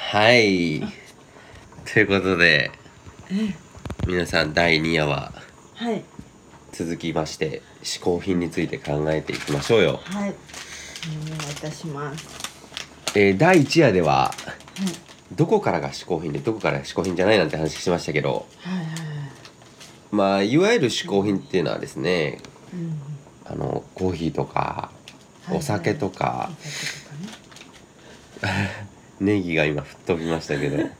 はい。ということで、皆さん第2夜ははい。 続きまして嗜好品について考えていきましょうよ。 はい。お願いいたします。 第1夜でははい。 どこからが嗜好品でどこからが嗜好品じゃないなんて話しましたけど、 はいはいはい。 まあいわゆる嗜好品っていうのはですね、 うん。 コーヒーとかお酒とか、 お酒とかね。 ネギが今吹っ飛びましたけど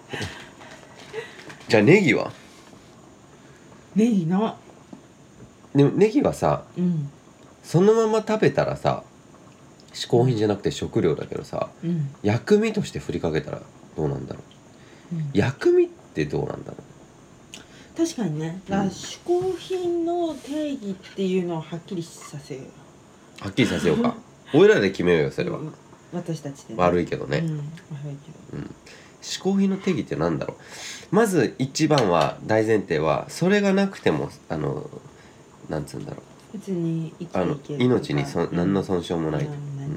じゃあネギはネギの。 でもネギはさ、 うん。 そのまま食べたらさ嗜好品じゃなくて食料だけどさ、 うん。 薬味として振りかけたらどうなんだろう。 うん、 薬味ってどうなんだろう。 確かにね。だから嗜好品の定義っていうのをはっきりさせよう。 はっきりさせようか俺らで決めようよそれは、 私たちで、ね、 悪いけどね、 悪いけど、 嗜好品の定義ってなんだろう。まず一番は大前提はそれがなくてもなんつうんだろう、 別に生きていける命に何の損傷もない、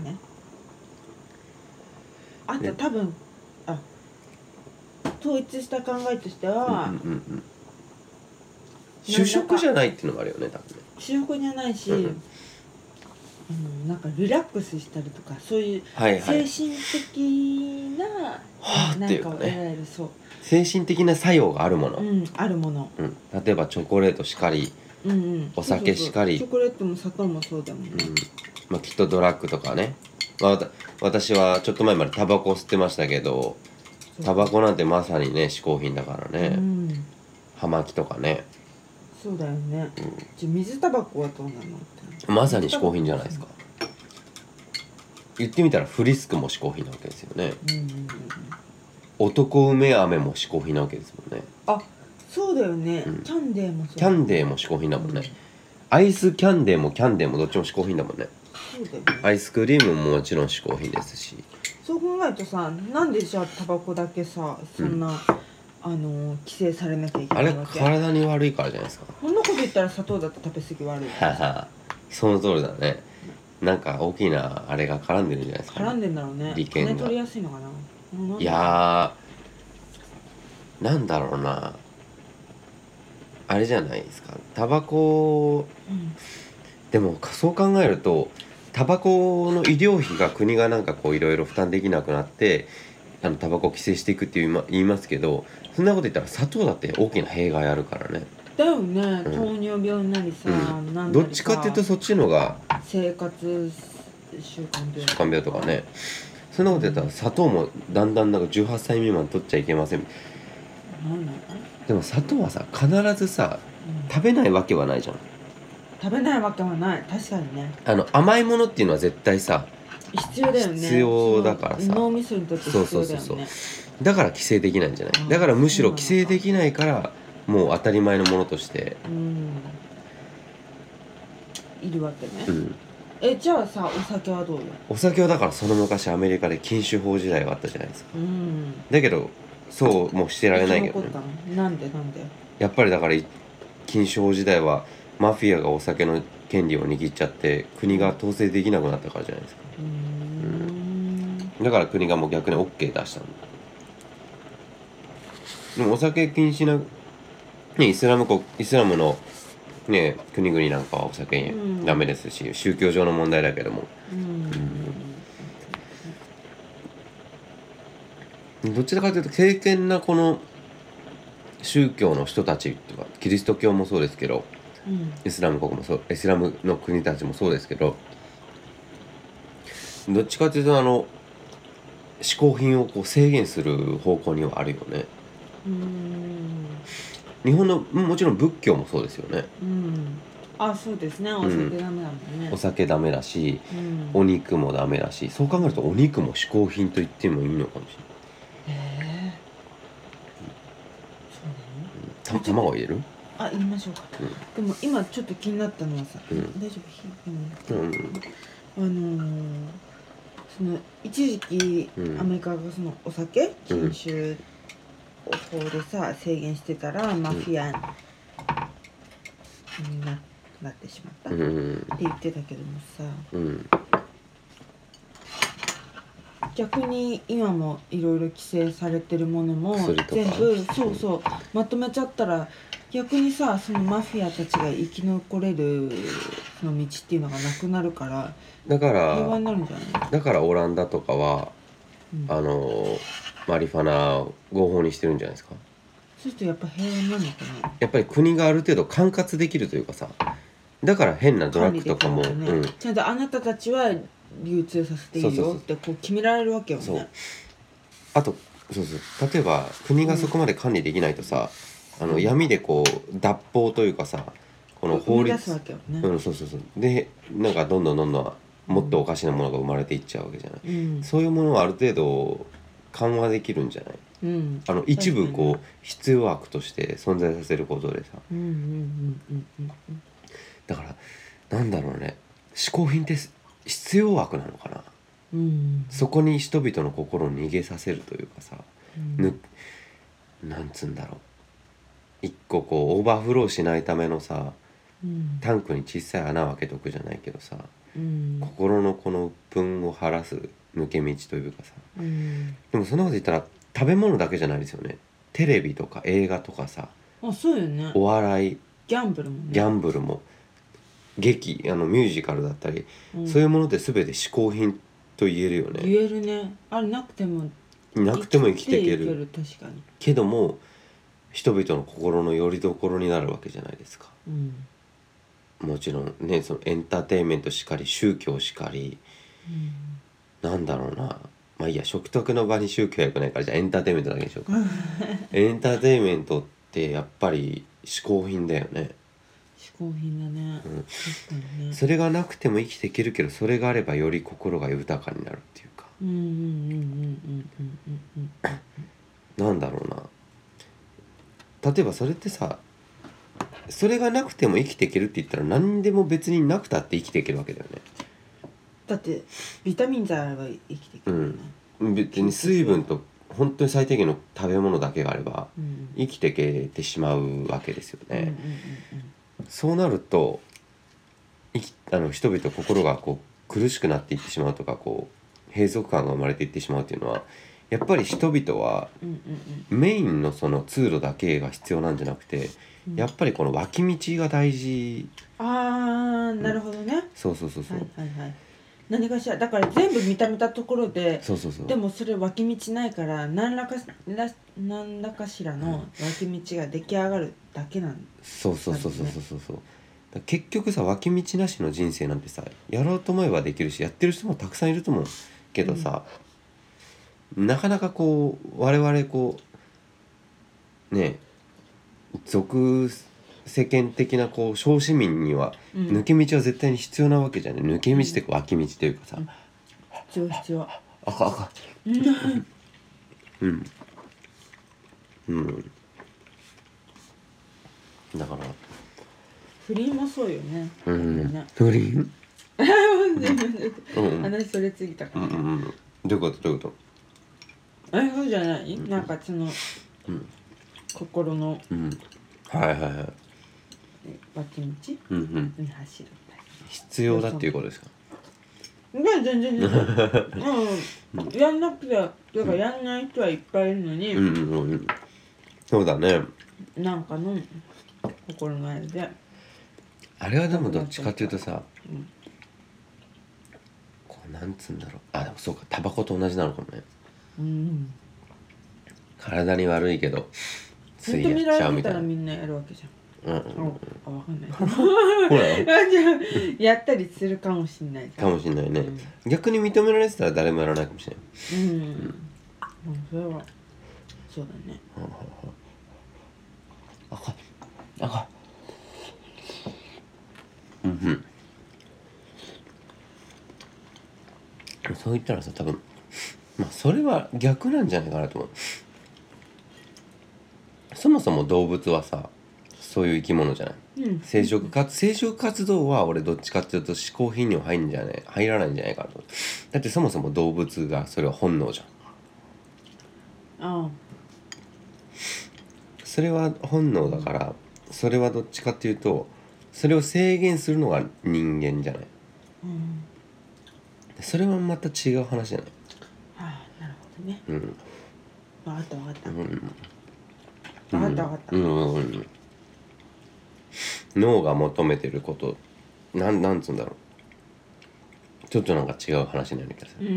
あと多分統一した考えとしては、 主食じゃないっていうのもあるよね多分ね。 主食じゃないし、なんかリラックスしたりとかそういう精神的ななんかを得られる、そう精神的な作用があるもの、 あるもの、 例えばチョコレートしかり、お酒しかり、 チョコレートも砂糖もそうだもんね、 きっとドラッグとかね、私はちょっと前までタバコ吸ってましたけど、タバコなんてまさにね嗜好品だからね、葉巻とかね。 そうだよね、じゃ水タバコはどうなのって、 まさに嗜好品じゃないですか。言ってみたらフリスクも嗜好品なわけですよね、男梅飴も嗜好品なわけですもんね。 あ、そうだよね、キャンデーもそう、 キャンデーも嗜好品だもんね、アイスキャンデーもキャンデーもどっちも嗜好品だもんね。 そうだよね、 アイスクリームももちろん嗜好品ですし。 そう考えるとさ、なんでじゃあタバコだけさそんな、規制されなきゃいけないわけ。 あれ体に悪いからじゃないですか。 こんなこと言ったら砂糖だって食べ過ぎ悪いその通りだね。なんか大きなあれが絡んでるんじゃないですか、 絡んでんだろうね。 利権が。 金取りやすいのかな。 いやー、なんだろうな、あれじゃないですかタバコ、でもそう考えるとタバコの医療費が国がなんかこういろいろ負担できなくなってタバコを規制していくって言いますけど、そんなこと言ったら砂糖だって大きな弊害あるからね。 だよね、糖尿病なりさ、なんどっちかっていうとそっちのが生活習慣病とかね。そんなこと言ったら砂糖もだんだんなんか18歳未満取っちゃいけません。でも砂糖はさ必ずさ、食べないわけはないじゃん。 食べないわけはない。確かにね。 甘いものっていうのは絶対さ必要だよね。 必要だからさ、 脳みそにとって必要だよね。 そうだから規制できないんじゃない。だからむしろ規制できないからもう当たり前のものとしているわけね。じゃあさ、お酒はどうよ。 お酒はだからその昔アメリカで禁酒法時代があったじゃないですか。だけどそうもうしてられないけどね。 なんでやっぱりだから禁酒法時代はマフィアがお酒の権利を握っちゃって国が統制できなくなったからじゃないですか。だから国がもう逆に OK 出したんだ。でもお酒禁止な、ね、イスラムの、ね、国々なんかはお酒ダメですし、宗教上の問題だけども、どちらかというと敬虔なこの宗教の人たちとかキリスト教もそうですけど、イスラムの国たちもそうですけど、どっちかというと嗜好品をこう制限する方向にはあるよね。日本のもちろん仏教もそうですよね。 あ、そうですね。お酒ダメだもんね。 お酒ダメだし、お肉もダメだし、そう考えるとお肉も嗜好品と言ってもいいのかもしれない。そうなの？卵入れる？ 入れましょうか。でも今ちょっと気になったのはさ、大丈夫？その一時期アメリカがそのお酒禁酒法でさ制限してたらマフィアになってしまったって言ってたけどもさ、 逆に今もいろいろ規制されてるものも全部そうまとめちゃったら逆にさ、そのマフィアたちが生き残れるその道っていうのがなくなるからだから平和になるんじゃない？ だからオランダとかは、マリファナ合法にしてるんじゃないですか。 そうするとやっぱ平和になるのかな。 やっぱり国がある程度管轄できるというかさ、だから変なドラッグとかも、 ね、ちゃんとあなたたちは流通させていいよってこう決められるわけよね。 そうあと例えば国がそこまで管理できないとさ、闇でこう脱法というかさ、この法律、でなんかどんどんもっとおかしなものが生まれていっちゃうわけじゃない、そういうものはある程度緩和できるんじゃない、一部こう必要悪として存在させることでさ、だからなんだろうね、嗜好品って必要悪なのかな、そこに人々の心を逃げさせるというかさ、なんつうんだろう、一個こうオーバーフローしないためのさ、タンクに小さい穴を開けとくじゃないけどさ、心のこの鬱憤を晴らす抜け道というかさ、でもそんなこと言ったら食べ物だけじゃないですよね。テレビとか映画とかさ、 そうよね、 お笑い、 ギャンブルもね、 ギャンブルも劇、ミュージカルだったり、そういうものって全て嗜好品と言えるよね。 言えるね。あれなくても生きていける。 確かに。 けども人々の心の拠り所になるわけじゃないですか。もちろんね、そのエンターテインメントしかり宗教しかり、なんだろうな、まあいいや、食卓の場に宗教はよくないから、じゃあエンターテインメントだけにしようかエンターテインメントってやっぱり嗜好品だよね。 嗜好品だね、確かにね。 それがなくても生きていけるけど、それがあればより心が豊かになるっていうか、なんだろうな、例えばそれってさ、それがなくても生きていけるって言ったら何でも別になくたって生きていけるわけだよね。 だってビタミン剤あれば生きていけるよね、 別に水分と本当に最低限の食べ物だけがあれば生きていけてしまうわけですよね。そうなると人々心がこう苦しくなっていってしまうとか、こう閉塞感が生まれていってしまうっていうのは、やっぱり人々はメインのその通路だけが必要なんじゃなくて、やっぱりこの脇道が大事。 なるほどね。 そう、 何かしらだから全部認めたところで、でもそれ脇道ないから何らかしらの脇道が出来上がるだけなんだ、ね。そう。 結局さ、脇道なしの人生なんてさ、やろうと思えばできるし、やってる人もたくさんいると思うけどさ、なかなかこう我々こうね、世間的なこう小市民には抜け道は絶対に必要なわけじゃない、抜け道っていうか脇道というかさ、 必要赤だから不倫もそうよね。 不倫話それつぎたから、 どういうことそうじゃない、なんかその、心の、脇道に走る必要だっていうことですか。 全然やんなくて、だからやんない人はいっぱいいるのに、 そうだね、 なんかの心のあれで、 あれはでもどっちかっていうとさ、こうなんつうんだろう、でもそうか、タバコと同じなのかもね。体に悪いけどついやっちゃうみたいな。 みんなやるわけじゃん。わかんない。ほらやったりするかもしれない。 かもしれないね。逆に認められてたら誰もやらないかもしれない。 それはそうだね。 そう言ったらさ、多分それは逆なんじゃないかなと思う。そもそも動物はさ、そういう生き物じゃない、生殖活動は俺どっちかっていうと嗜好品には入らないんじゃないかなと。だってそもそも動物がそれは本能じゃん。それは本能だから、それはどっちかっていうとそれを制限するのが人間じゃない、それはまた違う話じゃない。 ね。 うん。 分かった分かった。 うん。 分かった分かった。 脳が求めてることなんつうんだろう、ちょっとなんか違う話になる気がする。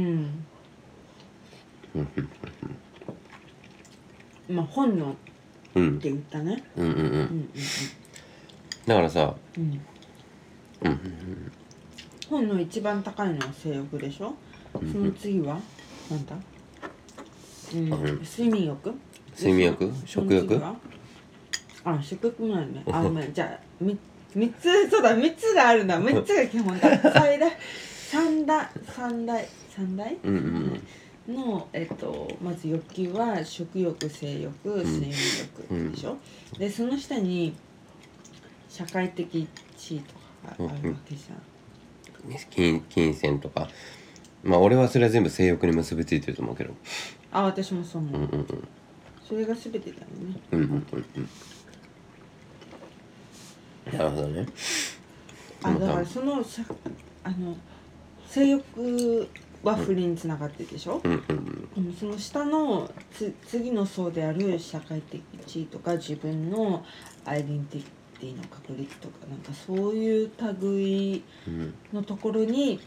まあ本能って言ったね。 だからさ、 本能一番高いのは性欲でしょ。その次はなんだ、睡眠欲、 食欲、 あ、食欲もあるね。あ、まあ、じゃあ3つ、そうだ、3つがあるんだ。3つが基本だ。三大の、まず欲求は食欲、性欲、睡眠欲でしょ。でその下に社会的地位とかがあるわけじゃん。 金銭とか、まあ俺はそれは全部性欲に結びついてると思うけど。 あ、私もそう思う。それが全てだよね。 なるほどね。 だからその性欲は不倫につながってるでしょ。その下の次の層である社会的地位とか自分のアイデンティティの確立とか、なんかそういう類のところに、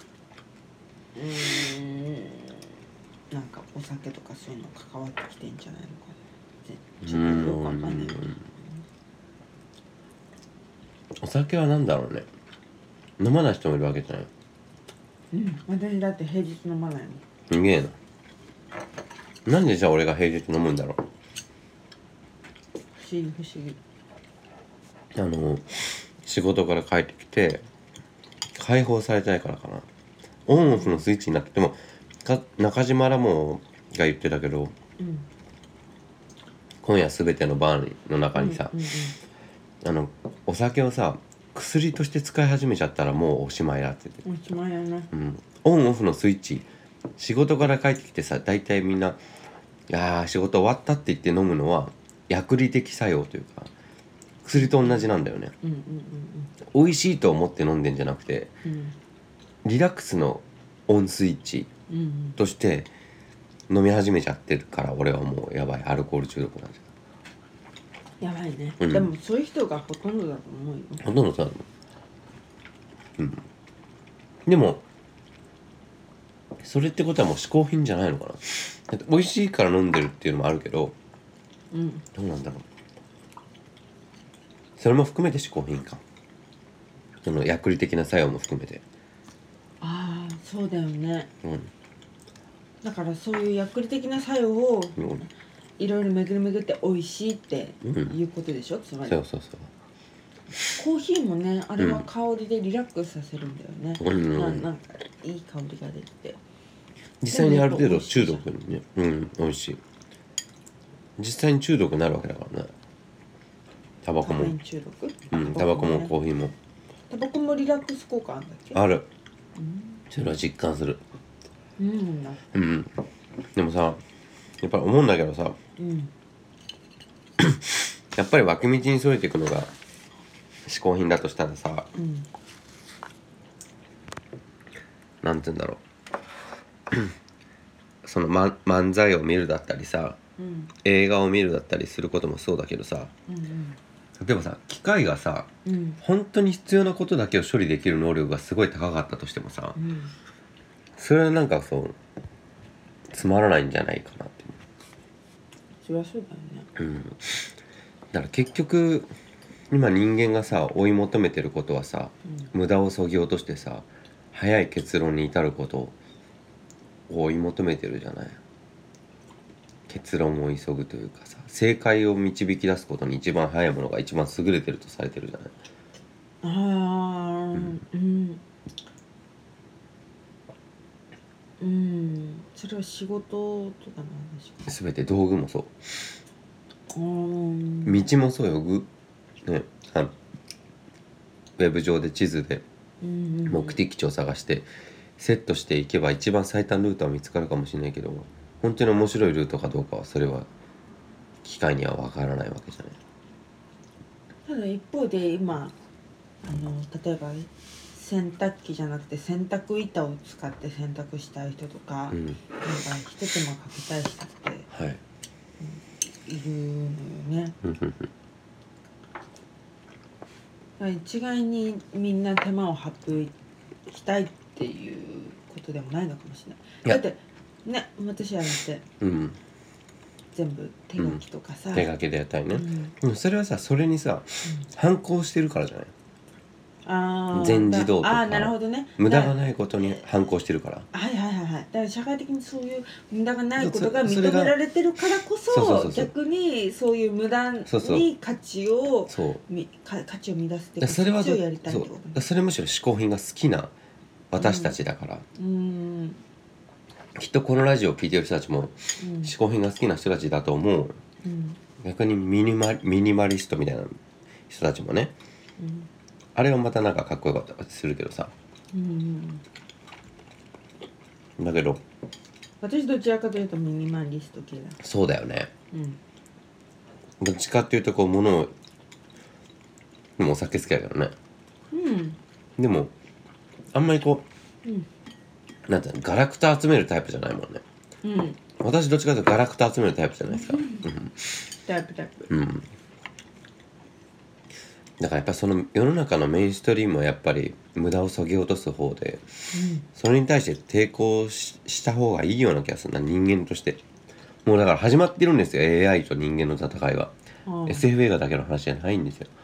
なんかお酒とかそういうの関わってきてんじゃないのかな。ちょっとよくわかんない。 お酒はなんだろうね。飲まない人もいるわけじゃない。 私だって平日飲まないの。 すげえな。なんでじゃあ俺が平日飲むんだろう。 不思議。 仕事から帰ってきて解放されたいからかな。オンオフのスイッチになってても、中島らもが言ってたけど、今夜すべてのバーの中にさ、お酒をさ薬として使い始めちゃったらもうおしまいだって言って。 おしまいやな。 オンオフのスイッチ、仕事から帰ってきてさ、大体みんな仕事終わったって言って飲むのは薬理的作用というか薬と同じなんだよね。美味しいと思って飲んでんじゃなくて、リラックスのオンスイッチとして飲み始めちゃってるから、俺はもうやばい、アルコール中毒なんですよ。 やばいね。でもそういう人がほとんどだと思うよ。 ほとんどそうだと思う。でもそれってことはもう嗜好品じゃないのかな。だって美味しいから飲んでるっていうのもあるけど、どうなんだろう。それも含めて嗜好品か。その薬理的な作用も含めて。 ああ、そうだよね。だからそういう薬理的な作用をいろいろ巡って美味しいっていうことでしょ。つまりそうコーヒーもね、あれは香りでリラックスさせるんだよね。なんかいい香りが出て、 実際にある程度中毒にね、美味しい。実際に中毒になるわけだからね。タバコも中毒？ タバコもコーヒーも。 タバコもリラックス効果あるんだっけ？ ある。それは実感する。でもさ、やっぱり思うんだけどさ、やっぱり脇道にそれていくのが嗜好品だとしたらさ、なんて言うんだろうその、漫才を見るだったりさ、映画を見るだったりすることもそうだけどさ、例えばさ、機械がさ、本当に必要なことだけを処理できる能力がすごい高かったとしてもさ、それはなんかそうつまらないんじゃないかなって。 そりゃそうだよね。 だから結局今人間がさ追い求めてることはさ、無駄をそぎ落としてさ早い結論に至ることを追い求めてるじゃない。結論を急ぐというかさ、正解を導き出すことに一番早いものが一番優れてるとされてるじゃない。 それは仕事とかの話。全て道具もそう。道もそうよ。ウェブ上で地図で目的地を探してセットしていけば一番最短ルートは見つかるかもしれないけど、本当に面白いルートかどうかはそれは機械には分からないわけじゃない。 ただ一方で今例えば洗濯機じゃなくて洗濯板を使って洗濯したい人とか、なんか一手間かけたい人っているのよね。一概にみんな手間を発揮したいっていうことでもないのかもしれない。だってね、私はだって、全部手書きとかさ、 手書きでやったりね、でもそれはさ、それにさ、反抗してるからじゃない。全自動とか、 なるほどね、 無駄がないことに反抗してるから。 だから社会的にそういう無駄がないことが認められてるからこそ、逆にそういう無駄に価値を乱すっていうか、それをやりたいってこと。 それむしろ嗜好品が好きな私たちだから、きっとこのラジオを聞いてる人たちも嗜好品が好きな人たちだと思う。逆にミニマリストみたいな人たちもね、あれはまたなんかかっこよかったりするけどさ、だけど私どちらかというとミニマリスト系だ。 そうだよね、どっちかっていうとこう物を、でもお酒好きだけどね、でもあんまりこう、なんていうの、ガラクタ集めるタイプじゃないもんね。私どっちかというとガラクタ集めるタイプじゃないですか。 タイプ。 だからやっぱその世の中のメインストリームはやっぱり無駄を削ぎ落とす方で、それに対して抵抗した方がいいような気がするな、人間として。もうだから始まってるんですよ、 AI と人間の戦いは。SF 映画だけの話じゃないんですよ。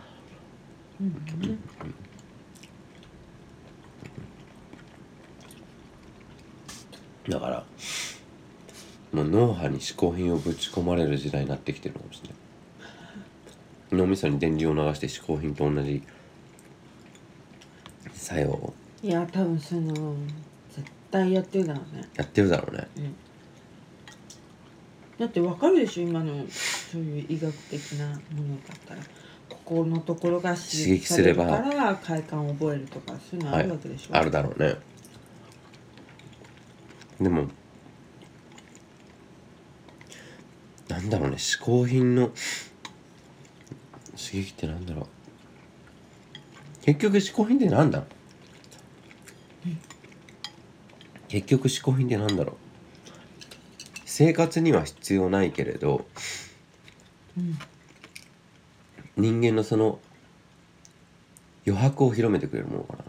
だからもう脳波に嗜好品をぶち込まれる時代になってきてるかもしれない。脳みそに電流を流して嗜好品と同じ作用を。 いや多分そういうの絶対やってるだろうね。 やってるだろうね、 だってわかるでしょ、今のそういう医学的なものだったら、ここのところが刺激されるから快感を覚えるとか、そういうのあるわけでしょ、 あるだろうね。でもなんだろうね、嗜好品の刺激ってなんだろう。結局嗜好品ってなんだ、結局嗜好品ってなんだろう。生活には必要ないけれど、人間のその余白を広めてくれるものかな。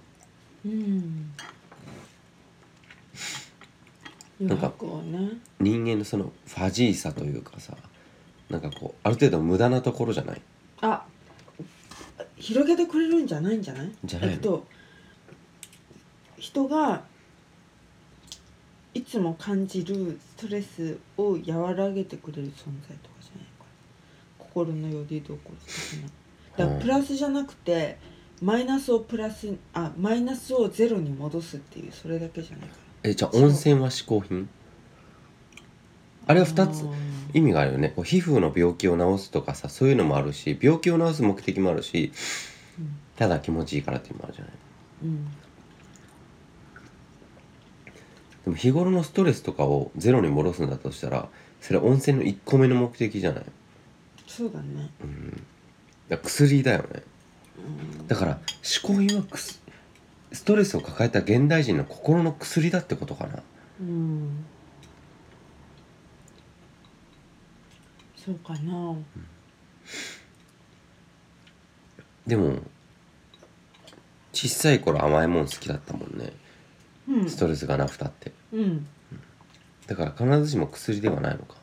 余白をね。 人間のそのファジーさというかさ、なんかこうある程度無駄なところじゃない。 広げてくれるんじゃないんじゃない？ じゃないの？ 人がいつも感じるストレスを和らげてくれる存在とかじゃないか。心のよりどころ的な。だからプラスじゃなくてマイナスをゼロに戻すっていう、それだけじゃないかな。 じゃあ温泉は嗜好品？あれは2つ意味があるよね。こう皮膚の病気を治すとかさ、そういうのもあるし、病気を治す目的もあるし、ただ気持ちいいからっていうのもあるじゃない。でも日頃のストレスとかをゼロに戻すんだとしたら、それは温泉の1個目の目的じゃない。 そうだね。 だから薬だよね。だから嗜好品はストレスを抱えた現代人の心の薬だってことかな。 そうかな。 でも小さい頃甘いもん好きだったもんね、ストレスがなくたって、だから必ずしも薬ではないのか。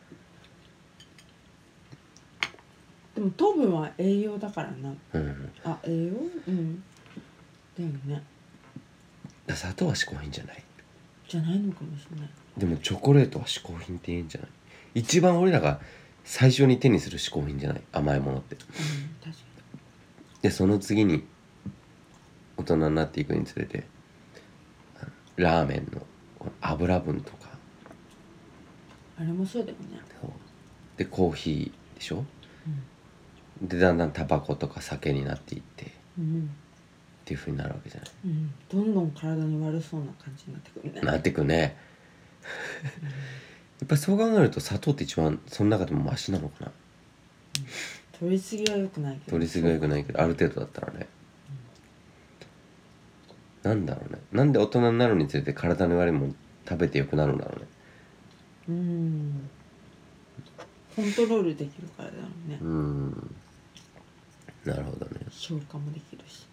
でも糖分は栄養だからな。栄養？だよね。 砂糖は嗜好品じゃない。 じゃないのかもしれない。 でもチョコレートは嗜好品って言うんじゃない。一番俺らが最初に手にする嗜好品じゃない、甘いものって。 確かに。 でその次に大人になっていくにつれて、ラーメンの油分とか、 あれもそうだよね。 でコーヒーでしょ、でだんだんタバコとか酒になっていって、っていう風になるわけじゃない。 どんどん体に悪そうな感じになってくるね。 なってくね。やっぱりそう考えると砂糖って一番その中でもマシなのかな。 取りすぎは良くないけど。 取りすぎは良くないけど、ある程度だったらね。 なんだろうね。なんで大人になるにつれて体の悪いもの食べてよくなるんだろうね。 コントロールできるからだろうね。 なるほどね。 消化もできるし。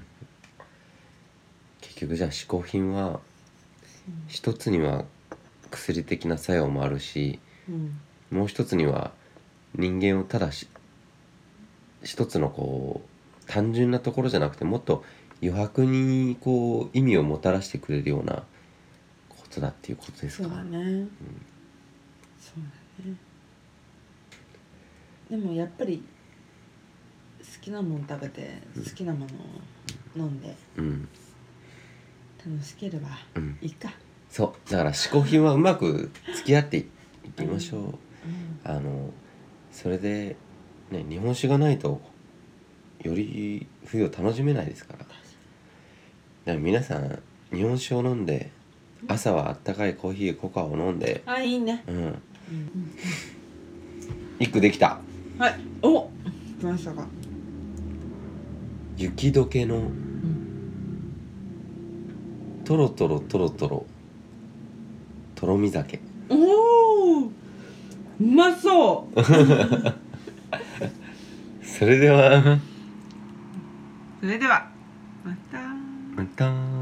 結局じゃあ嗜好品は、一つには薬的な作用もあるし、もう一つには人間をただ一つのこう単純なところじゃなくて、もっと余白にこう意味をもたらしてくれるようなことだっていうことですか。 そうだね、そうだね。でもやっぱり好きなもの食べて、好きなものを飲んで、楽しければいいか。 そうだから嗜好品はうまく付き合っていきましょう。それでね、日本酒がないとより冬を楽しめないですから。だから皆さん日本酒を飲んで、朝はあったかいコーヒーココアを飲んで。 いいね。 一句できた。 はい。お、来ましたか。 雪解けのトロトロトロトロとろみ酒。 おお、うまそうそれではまた。 また。